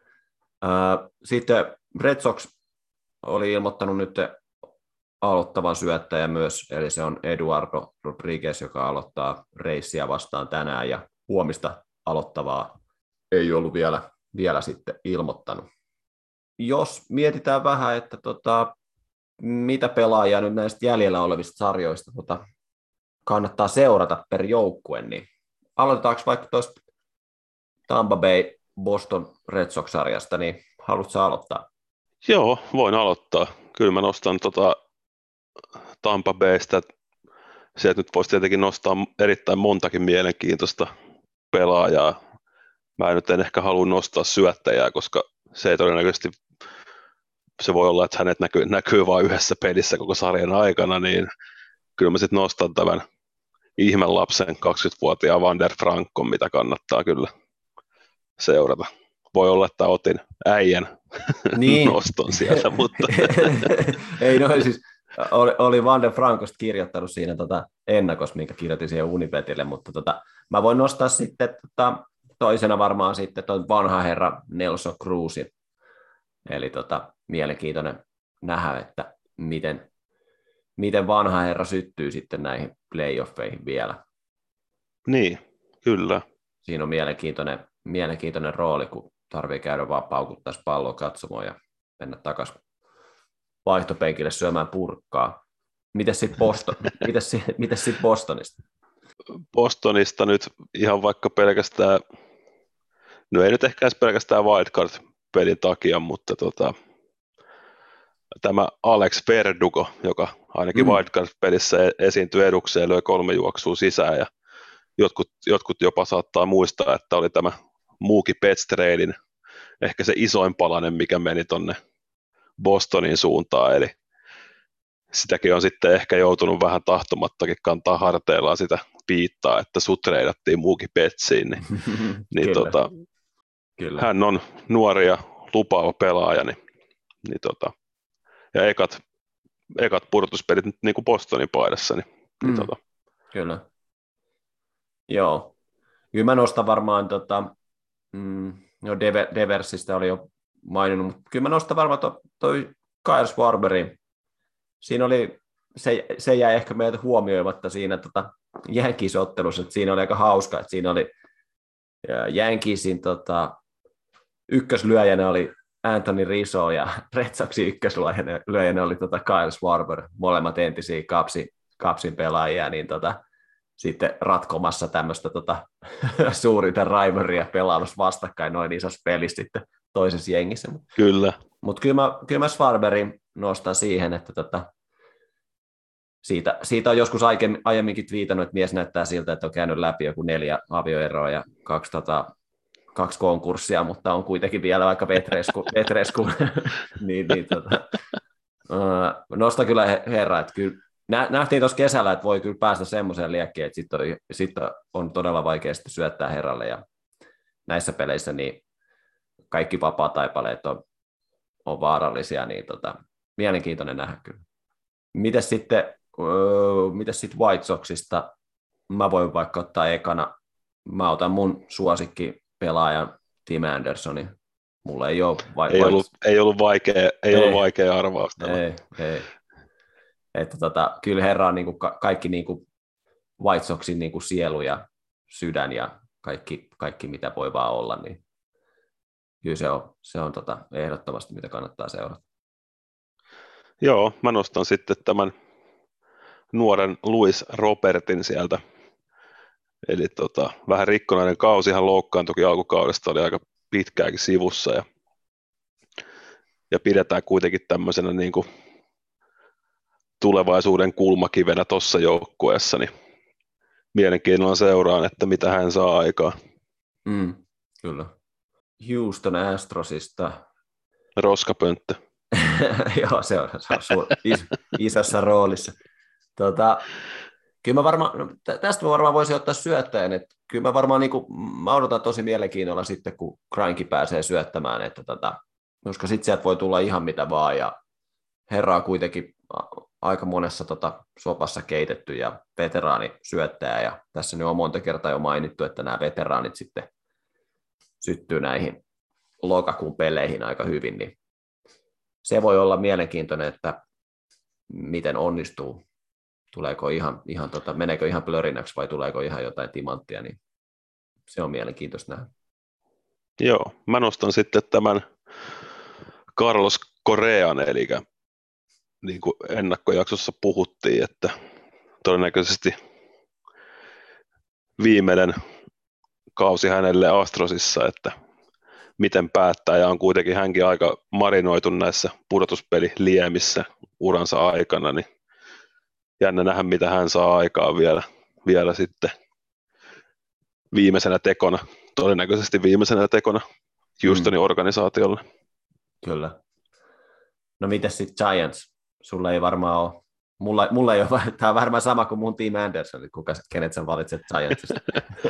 Sitten Red Sox oli ilmoittanut nyt aloittavan syöttäjä myös, eli se on Eduardo Rodriguez, joka aloittaa reissiä vastaan tänään, ja huomista aloittavaa ei ollut vielä, vielä sitten ilmoittanut. Jos mietitään vähän, että tota, mitä pelaajia nyt näistä jäljellä olevista sarjoista tota, kannattaa seurata per joukkue, niin aloitetaanko vaikka tuosta Tampa Bay Boston Red Sox-sarjasta, niin haluatko aloittaa? Joo, voin aloittaa. Kyllä mä nostan tota Tampa Baystä. Sieltä nyt voisi tietenkin nostaa erittäin montakin mielenkiintoista pelaajaa. Mä nyt en ehkä halua nostaa syöttäjää, koska se ei todennäköisesti, se voi olla, että hänet näkyy, näkyy vain yhdessä pelissä koko sarjan aikana, niin kyllä mä sitten nostan tämän ihmelapsen kaksikymmentävuotiaan Wander Francon, mitä kannattaa kyllä seurata. Voi olla, että otin äijän niin. noston sieltä, mutta... ei no siis, oli, oli Wander Francosta kirjoittanut siinä tota ennakossa, minkä kirjoitin siihen Unibetille, mutta tota, mä voin nostaa sitten tota, toisena varmaan sitten tuon vanha herra Nelson Cruzin. Eli tota, mielenkiintoinen nähdä, että miten, miten vanha herra syttyy sitten näihin playoffeihin vielä. Niin, kyllä. Siinä on mielenkiintoinen, mielenkiintoinen rooli, kun tarvii käydä vaan paukuttaisi palloa katsomaan ja mennä takaisin vaihtopenkille syömään purkkaa. Mites sitten Boston? mites, mites sit Bostonista? Bostonista nyt ihan vaikka pelkästään, no ei nyt ehkä edes pelkästään wildcard-pelin takia, mutta tota, tämä Alex Verdugo, joka ainakin mm. wildcard-pelissä esiintyi edukseen, löi kolme juoksua sisään ja jotkut, jotkut jopa saattaa muistaa, että oli tämä Mookie Betts Tradein ehkä se isoin palanen, mikä meni tonne Bostonin suuntaan, eli sitäkin on sitten ehkä joutunut vähän tahtomattakin kantaa harteillaan sitä piittaa, että sut treidattiin Mookie Bettsiin, niin, niin Kyllä. Tota, Kyllä. Hän on nuori ja lupaava pelaaja, niin, niin tota, ja ekat, ekat purtuspelit niin kuin Bostonin paidassa, niin, mm. niin tota. Kyllä. Joo. Kyllä mä nostan varmaan, tota, mm, no Dever, Deversistä oli jo maininnut, mutta kyllä mä nostan varmaan to, toi Kyle Schwarberin. Siinä oli, se, se jäi ehkä meiltä huomioimatta siinä tota, Yankees-ottelussa, että siinä oli aika hauska, että siinä oli Yankeesin tota, ykköslyöjänä oli Anthony Rizzo ja Red Soxin ykköslyöjänä oli tota Kyle Schwarber, molemmat entisiä Cubsin, Cubsin pelaajia, niin tota, sitten ratkomassa tämmöistä tota, suurinta rivalrya pelaamassa vastakkain noin isossa pelissä sitten toisessa jengissä. Kyllä. Mutta kyllä mä, kyllä mä Schwarberin nostan siihen, että tota, siitä, siitä on joskus aiemmin, aiemminkin twiitannut, että mies näyttää siltä, että on käynyt läpi joku neljä avioeroa ja kaksi, tota, kaksi konkurssia, mutta on kuitenkin vielä vaikka Petresku, Petresku. niin, niin, tota, uh, nostan kyllä herra, että kyllä nähtiin tuossa kesällä, että voi kyllä päästä semmoiseen liekkeen, että sitten on, sit on todella vaikea sitten syöttää herralle, ja näissä peleissä niin kaikki vapaa-taipaleet on, on vaarallisia, niin tota, mielenkiintoinen nähdä kyllä. Mites sitten, öö, mites sitten White Soxista? Mä voin vaikka ottaa ekana, mä otan mun suosikki pelaajan Tim Andersonin. Mulla ei ole vai- ei, ollut, ei ollut vaikea, ei, ei ollut vaikea arvausta. Ei, ei. Että tota, kyllä herra on niinku ka- kaikki niinku White Soxin niinku sielu ja sydän ja kaikki, kaikki mitä voi vaan olla, niin kyllä se on, se on tota ehdottomasti mitä kannattaa seurata. Joo, mä nostan sitten tämän nuoren Luis Robertin sieltä. Eli tota, vähän rikkonainen kausi, hän loukkaantuikin alkukaudesta, oli aika pitkääkin sivussa ja, ja pidetään kuitenkin tämmöisenä niin kuin tulevaisuuden kulmakivenä tuossa joukkueessa, niin mielenkiinnolla seuraan, että mitä hän saa aikaa. Mm, kyllä. Houston Astrosista. Roskapönttö. Joo, se on, se on suur, is, isossa roolissa. Tota, Kyllä mä varmaan, no, tästä mä varmaan voisin ottaa syöttäjän, että kyllä mä varmaan, niin kuin, mä odotan tosi mielenkiinnolla sitten, kun Cranky pääsee syöttämään, että tota, koska sitten sieltä voi tulla ihan mitä vaan, ja herra on kuitenkin aika monessa tota, sopassa keitetty ja veteraani syöttäjä, ja tässä nyt on monta kertaa jo mainittu, että nämä veteraanit sitten syttyy näihin lokakuun peleihin aika hyvin, niin se voi olla mielenkiintoinen, että miten onnistuu. Tuleeko ihan, ihan tota, meneekö ihan plörinäksi vai tuleeko ihan jotain timanttia, niin se on mielenkiintoista nähdä. Joo, mä nostan sitten tämän Carlos Correan, eli niin kuin ennakkojaksossa puhuttiin, että todennäköisesti viimeinen kausi hänelle Astrosissa, että miten päättää, ja on kuitenkin hänkin aika marinoitu näissä pudotuspeliliemissä uransa aikana, niin jännä nähdä, mitä hän saa aikaa vielä, vielä sitten viimeisenä tekona, todennäköisesti viimeisenä tekona Houstonin mm. organisaatiolle. Kyllä. No mites sitten Giants? Sulla ei varmaan ole, mulla, mulla ei ole, tämä on varmaan sama kuin mun Team Anderson, kuka, kenet sä valitset Giantsista.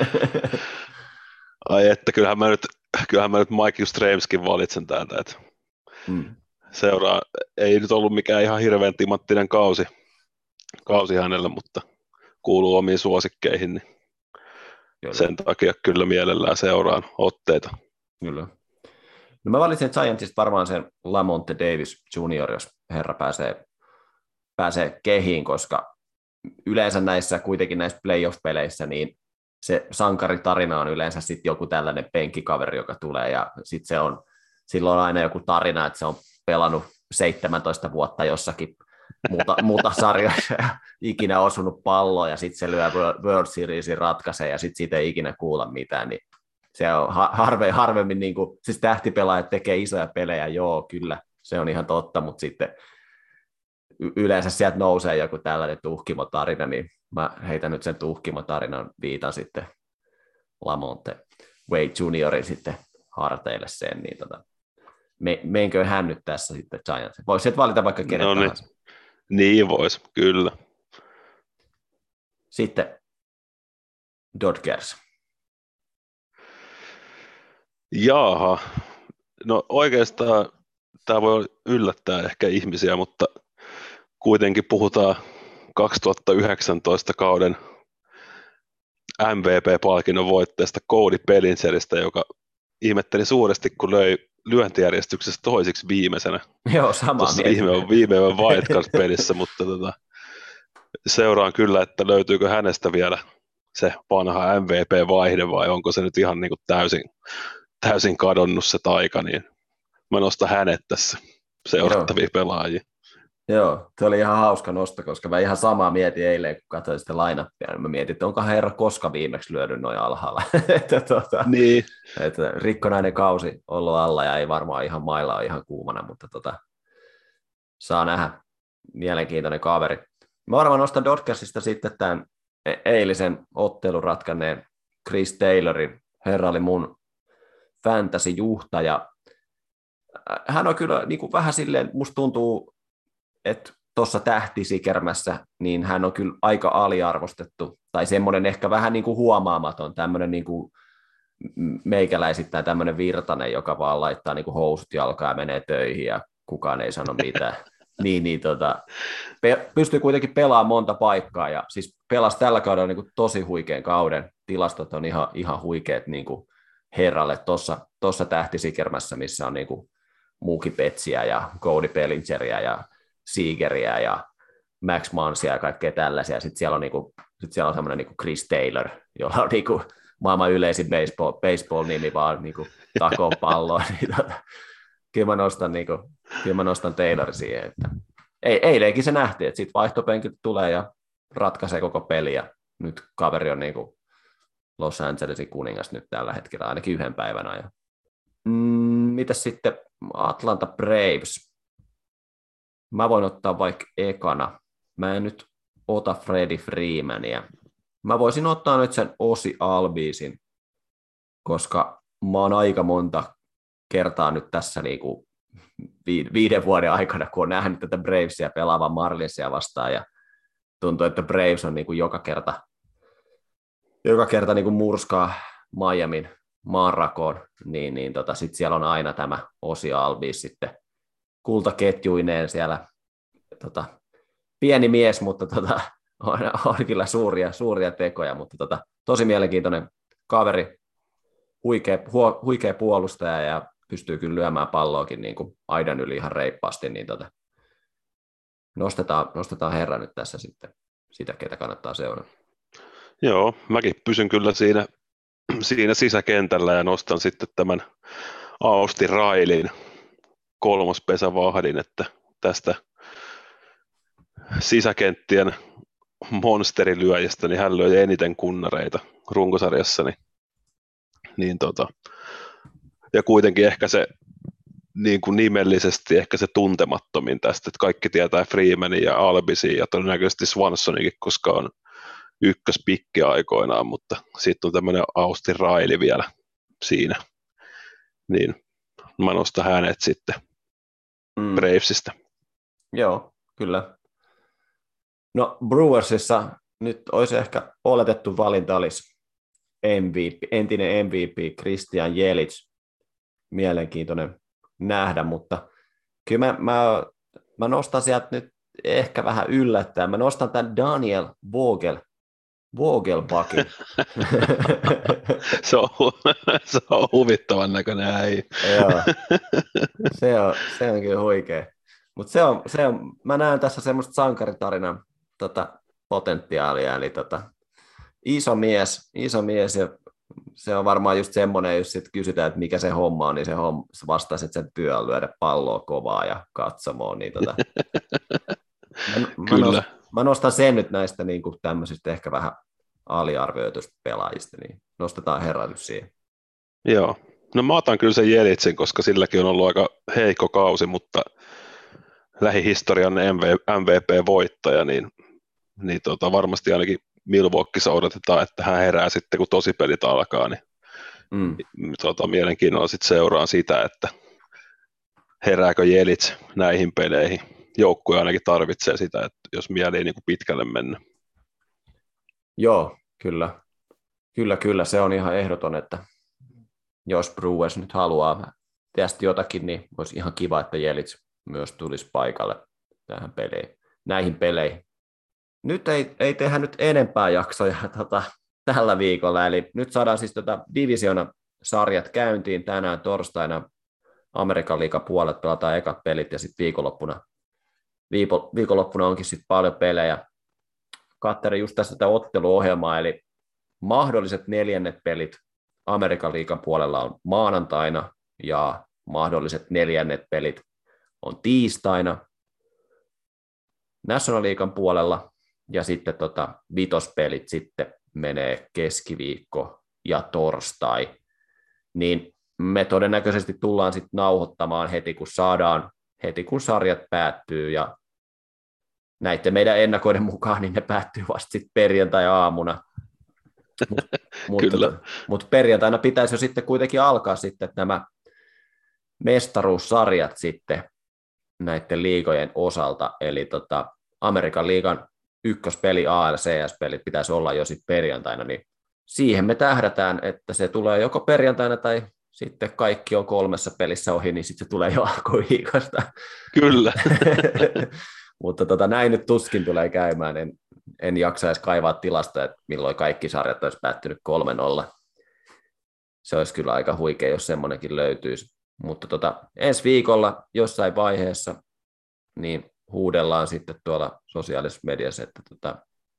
Ai että, kyllähän mä nyt, kyllähän mä nyt Mike Ystremskin valitsen täältä, että mm. seuraa, ei nyt ollut mikään ihan hirveän timanttinen kausi, kausi hänelle, mutta kuuluu omiin suosikkeihin, niin kyllä. Sen takia kyllä mielellään seuraan otteita. Kyllä. No mä valitsin Giantsista varmaan sen Lamonte Davis junior, jos herra pääsee, pääsee kehiin, koska yleensä näissä kuitenkin näissä playoff-peleissä niin se sankaritarina on yleensä sitten joku tällainen penkkikaveri, joka tulee, ja sitten se on, silloin on aina joku tarina, että se on pelannut seitsemäntoista vuotta jossakin muuta, muuta sarjoissa ja ikinä osunut palloa, ja sitten se lyö World Seriesin ratkaisee, ja sitten siitä ei ikinä kuulla mitään, niin se on harve, harvemmin, niin kuin, siis tähtipelaajat tekee isoja pelejä, joo, kyllä, se on ihan totta, mutta sitten yleensä sieltä nousee joku tällainen tuhkimotarina, niin mä heitän nyt sen tuhkimotarinan viitan sitten Lamonte Wade juniorin sitten harteille sen, niin tota, me, meinkö hän nyt tässä sitten Giants? Voisi valita vaikka kenet no tahansa. Niin, niin voisi, kyllä. Sitten Dodgers. Jaaha, no oikeastaan tämä voi yllättää ehkä ihmisiä, mutta kuitenkin puhutaan kaksituhattayhdeksäntoista kauden M V P-palkinnon voitteesta Cody Bellingeristä, joka ihmetteli suuresti, kun löi lyöntijärjestyksessä toisiksi viimeisenä. Joo, sama viime, viime wildcard-pelissä, mutta tota, seuraan kyllä, että löytyykö hänestä vielä se vanha M V P-vaihde vai onko se nyt ihan niin kuin täysin, täysin kadonnut se taika, niin mä nostan hänet tässä seurattavia Joo. pelaajia. Joo, se oli ihan hauska nosto, koska mä ihan samaa mietin eilen, kun katsoin sitä line-upia, niin mä mietin, että onko herra koska viimeksi lyönyt noin alhaalla. että, tuota, niin. että rikkonainen kausi ollut alla ja ei varmaan ihan mailla ole ihan kuumana, mutta tota, saa nähdä. Mielenkiintoinen kaveri. Mä varmaan nostan Dodgersista sitten tämän eilisen ottelun ratkanneen Chris Taylorin. Herra oli mun fantasy-juhtaja. Hän on kyllä niin kuin vähän silleen, musta tuntuu, että tuossa tähtisikermässä, niin hän on kyllä aika aliarvostettu, tai semmoinen ehkä vähän niin kuin huomaamaton, tämmöinen niin kuin meikäläisittäin tämmöinen Virtanen, joka vaan laittaa niin kuin housut jalkaan ja menee töihin, ja kukaan ei sano mitään. niin, niin, tota, pe- pystyy kuitenkin pelaamaan monta paikkaa, ja siis pelasi tällä kaudella niin kuin tosi huikean kauden. Tilastot on ihan, ihan huikeat niin kuin herralle tuossa tähtisikermässä, missä on niin kuin Mookie Bettsiä ja Cody Bellingeria ja Seageriä ja Max Munsia ja kaikkea tällaisia. Sitten siellä on, niinku, sit siellä on semmoinen niinku Chris Taylor, jolla on niinku maailman yleisin baseball, baseball-nimi vaan niinku takoo palloa. niin tota, kyllä, mä nostan, niinku, kyllä mä nostan Taylorin siihen. Että ei, eilenkin se nähtiin, että sitten vaihtopenkit tulee ja ratkaisee koko peli. Ja nyt kaveri on niinku Los Angelesin kuningas nyt tällä hetkellä, ainakin yhden päivän ajan. Mm, mitäs sitten Atlanta Braves? Mä voin ottaa vaikka ekana. Mä en nyt ota Freddie Freemania. Mä voisin ottaa nyt sen Ozzy Albisin, koska mä oon aika monta kertaa nyt tässä niinku viiden vuoden aikana, kun on nähnyt tätä Bravesia pelaavan Marlinsia vastaan ja tuntuu, että Braves on niin kuin joka kerta, joka kerta niin kuin murskaa Miamin maanrakoon, niin, niin tota, sitten siellä on aina tämä Ozzy Albies sitten kultaketjuineen siellä. Tota, pieni mies, mutta tota, on, on kyllä suuria, suuria tekoja, mutta tota, tosi mielenkiintoinen kaveri, huikea, hu, huikea puolustaja ja pystyy kyllä lyömään palloakin niin kuin aidan yli ihan reippaasti, niin tota, nostetaan, nostetaan herra nyt tässä sitten sitä, ketä kannattaa seurata. Joo, mäkin pysyn kyllä siinä, siinä sisäkentällä ja nostan sitten tämän Austin Railin kolmospesävahdin, että tästä sisäkenttien monsterilyöjistä, niin hän löi eniten kunnareita runkosarjassa, niin, niin tota, ja kuitenkin ehkä se niin kuin nimellisesti ehkä se tuntemattomin tästä, että kaikki tietää Freemanin ja Albisin ja todennäköisesti Swansonikin, koska on ykköspikki aikoinaan, mutta sitten on tämmöinen Austin Riley vielä siinä, niin mä nostan hänet sitten mm. Bravesista. Joo, kyllä. No Brewersissa nyt olisi ehkä oletettu valinta olisi M V P, entinen M V P Christian Yelich, mielenkiintoinen nähdä, mutta kyllä mä, mä, mä nostan sieltä nyt ehkä vähän yllättäen. Mä nostan tämän Daniel Vogel, Vogelbackin. se, on, se on huvittavan näköinen äijä. Joo, se on, se on kyllä huikea. Mutta se on, se on, mä näen tässä semmoista sankaritarinan tota, potentiaalia, eli tota, iso mies, iso mies ja se on varmaan just semmoinen, jos sit kysytään, että mikä se homma on, niin se homma, vastaisi, että sen työ on lyödä palloa kovaa ja katsomoon. Niin tota, mä, mä, nostan, mä nostan sen nyt näistä niin kuin tämmöisistä ehkä vähän aliarvioituista pelaajista, niin nostetaan herra nyt siihen. Joo, no mä otan kyllä sen Jelitsin, koska silläkin on ollut aika heikko kausi, mutta lähihistorian M V P-voittaja, niin, niin tota, varmasti ainakin Milwaukeeissa odotetaan, että hän herää sitten, kun tosipelit alkaa, niin mm. tota, mielenkiinnolla sitten seuraan sitä, että herääkö Jelits näihin peleihin. Joukkue ainakin tarvitsee sitä, että jos mieli ei niin kuin pitkälle mennä. Joo, kyllä. Kyllä, kyllä. Se on ihan ehdoton, että jos Brewers nyt haluaa tehdä jotakin, niin olisi ihan kiva, että Jelits myös tulisi paikalle tähän peliin, näihin peleihin. Nyt ei, ei tehdä nyt enempää jaksoja tota, tällä viikolla, eli nyt saadaan siis tota Divisiona-sarjat käyntiin tänään torstaina. Amerikan liigan puolet pelataan ekat pelit ja sitten viikonloppuna, viipo, viikonloppuna onkin sitten paljon pelejä. Katselin just tässä tätä otteluohjelmaa, eli mahdolliset neljännet pelit Amerikan liigan puolella on maanantaina ja mahdolliset neljännet pelit on tiistaina National Leaguean puolella ja sitten tota, vitospelit sitten menee keskiviikko ja torstai, niin me todennäköisesti tullaan sitten nauhoittamaan heti, kun saadaan, heti kun sarjat päättyy ja näiden meidän ennakoiden mukaan, niin ne päättyy vasta sitten perjantai-aamuna. Mut, mutta, mutta perjantaina pitäisi jo sitten kuitenkin alkaa sitten nämä mestaruussarjat sitten näiden liigojen osalta, eli tota, Amerikan liigan ykköspeli, A L C S-pelit pitäisi olla jo sitten perjantaina, niin siihen me tähdätään, että se tulee joko perjantaina tai sitten kaikki on kolmessa pelissä ohi, niin sitten se tulee jo alkuviikosta. Kyllä. Mutta tota, näin nyt tuskin tulee käymään, en, en jaksa edes kaivaa tilasta, että milloin kaikki sarjat olisi päättynyt kolme nolla. Se olisi kyllä aika huikea, jos semmoinenkin löytyisi. Mutta tota, ensi viikolla jossain vaiheessa niin huudellaan sitten tuolla sosiaalisessa mediassa, että tota,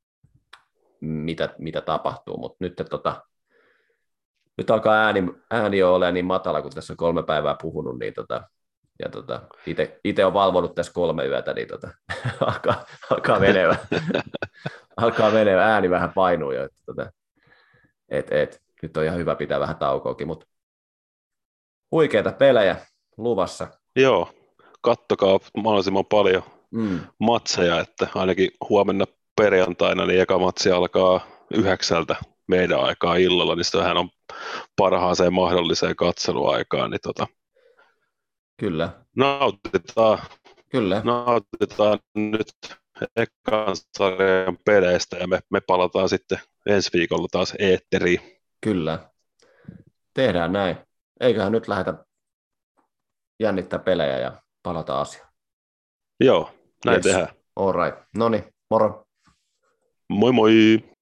mitä, mitä tapahtuu. Mutta nyt, tota, nyt alkaa ääni, ääni jo olemaan niin matala, kun tässä on kolme päivää puhunut, niin tota, ja tota, itse on valvonut tässä kolme yötä, niin tota, alkaa, alkaa menevä. alkaa menevä, ääni vähän painuu jo. Että, tota, et, et, nyt on ihan hyvä pitää vähän taukoakin, mutta huikeita pelejä luvassa. Joo, kattokaa mahdollisimman paljon mm. matseja, että ainakin huomenna perjantaina niin eka matsi alkaa yhdeksältä meidän aikaa illalla, niin sehän on parhaaseen mahdolliseen katseluaikaan, niin tota, Kyllä. Nautitaan, Kyllä. nautitaan nyt ekan sarjan peleistä ja me, me palataan sitten ensi viikolla taas eetteriin. Kyllä. Tehdään näin. Eiköhän nyt lähdetä jännittää pelejä ja palata asiaan. Joo, näin Yes. tehdään. All right. No niin, moro. Moi moi!